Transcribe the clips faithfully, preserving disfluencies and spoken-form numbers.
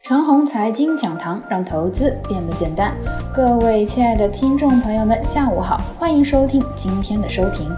长虹财经讲堂，让投资变得简单。各位亲爱的听众朋友们，下午好，欢迎收听今天的收评。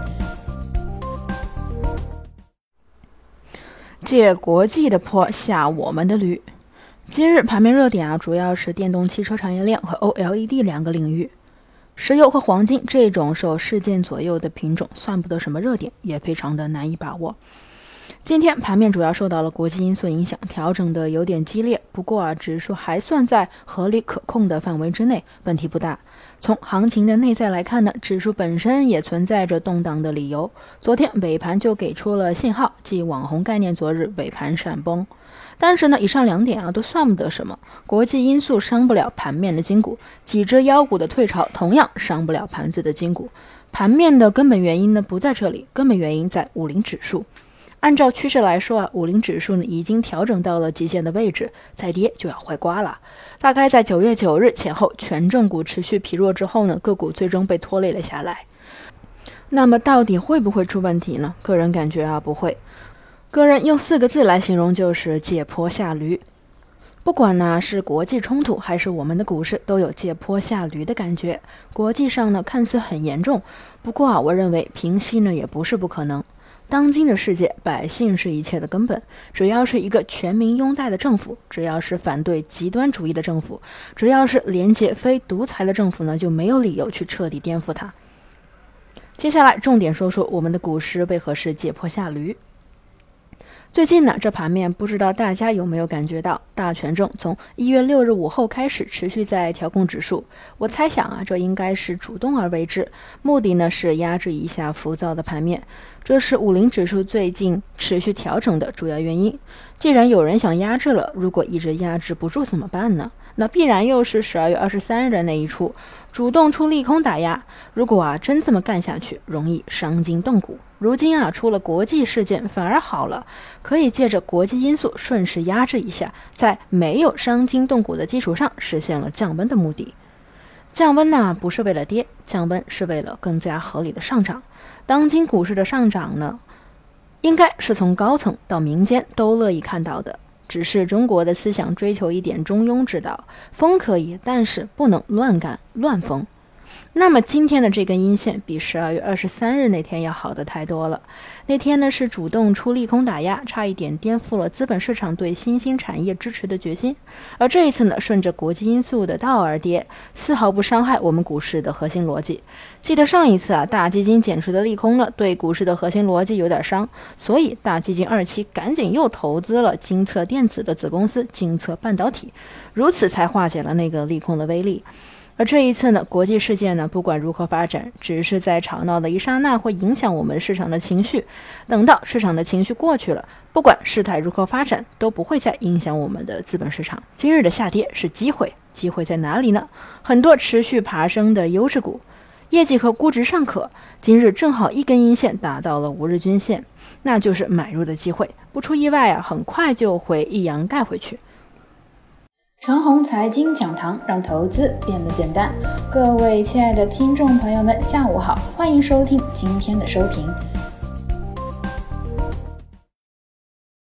借国际的坡下我们的驴。今日盘面热点啊，主要是电动汽车产业链和 O L E D 两个领域。石油和黄金这种受事件左右的品种，算不得什么热点，也非常的难以把握。今天盘面主要受到了国际因素影响，调整的有点激烈，不过啊，指数还算在合理可控的范围之内，问题不大。从行情的内在来看呢，指数本身也存在着动荡的理由。昨天尾盘就给出了信号，即网红概念昨日尾盘闪崩。但是呢，以上两点啊都算不得什么，国际因素伤不了盘面的筋骨，几只妖股的退潮同样伤不了盘子的筋骨。盘面的根本原因呢不在这里，根本原因在五零指数。按照趋势来说啊，五零指数呢已经调整到了极限的位置，再跌就要坏瓜了。大概在九月九日前后，权重股持续疲弱之后呢，个股最终被拖累了下来。那么到底会不会出问题呢？个人感觉啊不会。个人用四个字来形容，就是借坡下驴。不管呢是国际冲突还是我们的股市，都有借坡下驴的感觉。国际上呢看似很严重，不过啊我认为平息呢也不是不可能。当今的世界，百姓是一切的根本。只要是一个全民拥戴的政府，只要是反对极端主义的政府，只要是廉洁非独裁的政府呢，就没有理由去彻底颠覆它。接下来重点说说我们的股市为何是借坡下驴。最近呢，这盘面不知道大家有没有感觉到，大权重从一月六日午后开始持续在调控指数。我猜想啊，这应该是主动而为之，目的呢是压制一下浮躁的盘面。这是五零指数最近持续调整的主要原因。既然有人想压制了，如果一直压制不住怎么办呢？那必然又是十二月二十三日的那一出，主动出利空打压。如果啊真这么干下去，容易伤筋动骨。如今啊出了国际事件反而好了，可以借着国际因素顺势压制一下，在没有伤筋动骨的基础上实现了降温的目的。降温呢不是为了跌，降温是为了更加合理的上涨。当今股市的上涨呢，应该是从高层到民间都乐意看到的。只是中国的思想追求一点中庸之道，疯可以，但是不能乱干乱疯。那么今天的这根阴线比十二月二十三日那天要好的太多了。那天呢是主动出利空打压，差一点颠覆了资本市场对新兴产业支持的决心。而这一次呢，顺着国际因素的道而跌，丝毫不伤害我们股市的核心逻辑。记得上一次啊，大基金减持的利空呢，对股市的核心逻辑有点伤，所以大基金二期赶紧又投资了精测电子的子公司精测半导体，如此才化解了那个利空的威力。而这一次呢，国际事件呢，不管如何发展，只是在吵闹的一刹那会影响我们市场的情绪，等到市场的情绪过去了，不管事态如何发展，都不会再影响我们的资本市场。今日的下跌是机会，机会在哪里呢？很多持续爬升的优质股，业绩和估值尚可，今日正好一根阴线达到了五日均线，那就是买入的机会。不出意外啊，很快就会一阳盖回去。 长虹财经讲堂，让投资变得简单。各位亲爱的听众朋友们，下午好，欢迎收听今天的收评。